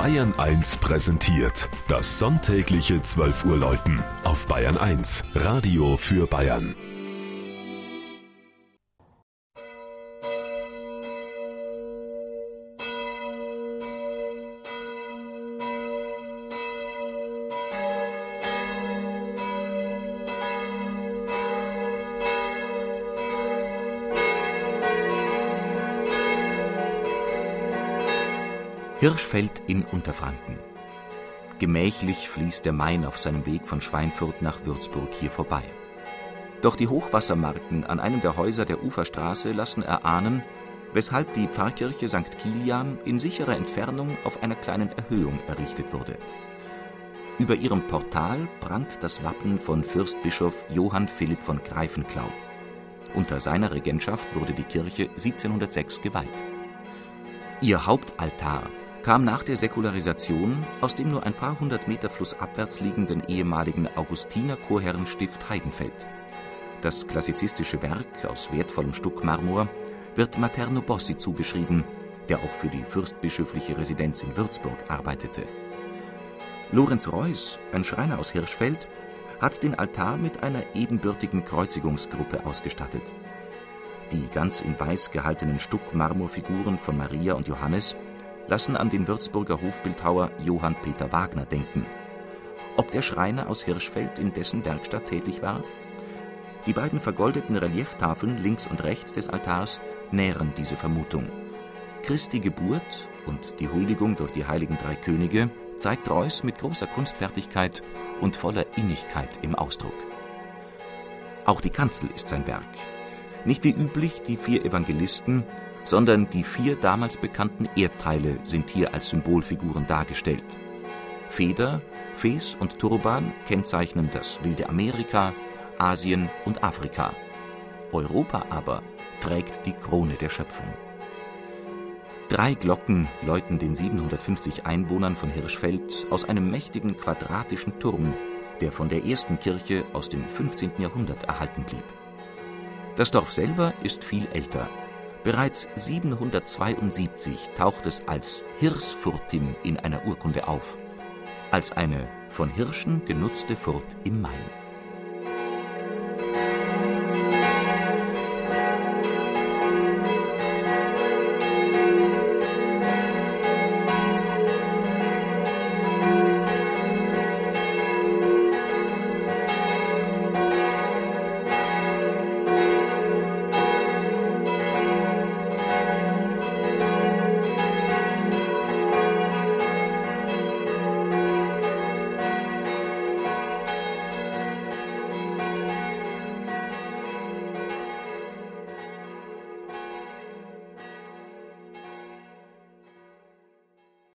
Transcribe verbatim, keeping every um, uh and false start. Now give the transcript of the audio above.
Bayern eins präsentiert das sonntägliche zwölf Uhr Läuten auf Bayern eins, Radio für Bayern. Hirschfeld in Unterfranken. Gemächlich fließt der Main auf seinem Weg von Schweinfurt nach Würzburg hier vorbei. Doch die Hochwassermarken an einem der Häuser der Uferstraße lassen erahnen, weshalb die Pfarrkirche Sankt Kilian in sicherer Entfernung auf einer kleinen Erhöhung errichtet wurde. Über ihrem Portal prangt das Wappen von Fürstbischof Johann Philipp von Greifenclau. Unter seiner Regentschaft wurde die Kirche siebzehnhundertsechs geweiht. Ihr Hauptaltar kam nach der Säkularisation aus dem nur ein paar hundert Meter flussabwärts liegenden ehemaligen Augustiner-Chorherrenstift Heidenfeld. Das klassizistische Werk aus wertvollem Stuckmarmor wird Materno Bossi zugeschrieben, der auch für die fürstbischöfliche Residenz in Würzburg arbeitete. Lorenz Reuß, ein Schreiner aus Hirschfeld, hat den Altar mit einer ebenbürtigen Kreuzigungsgruppe ausgestattet. Die ganz in weiß gehaltenen Stuckmarmorfiguren von Maria und Johannes lassen an den Würzburger Hofbildhauer Johann Peter Wagner denken. Ob der Schreiner aus Hirschfeld in dessen Werkstatt tätig war? Die beiden vergoldeten Relieftafeln links und rechts des Altars nähren diese Vermutung. Christi Geburt und die Huldigung durch die heiligen drei Könige zeigt Reuß mit großer Kunstfertigkeit und voller Innigkeit im Ausdruck. Auch die Kanzel ist sein Werk. Nicht wie üblich die vier Evangelisten, sondern die vier damals bekannten Erdteile sind hier als Symbolfiguren dargestellt. Feder, Fes und Turban kennzeichnen das wilde Amerika, Asien und Afrika. Europa aber trägt die Krone der Schöpfung. Drei Glocken läuten den siebenhundertfünfzig Einwohnern von Hirschfeld aus einem mächtigen quadratischen Turm, der von der ersten Kirche aus dem fünfzehnten Jahrhundert erhalten blieb. Das Dorf selber ist viel älter. Bereits siebenhundertzweiundsiebzig taucht es als Hirsfurtim in einer Urkunde auf, als eine von Hirschen genutzte Furt im Main.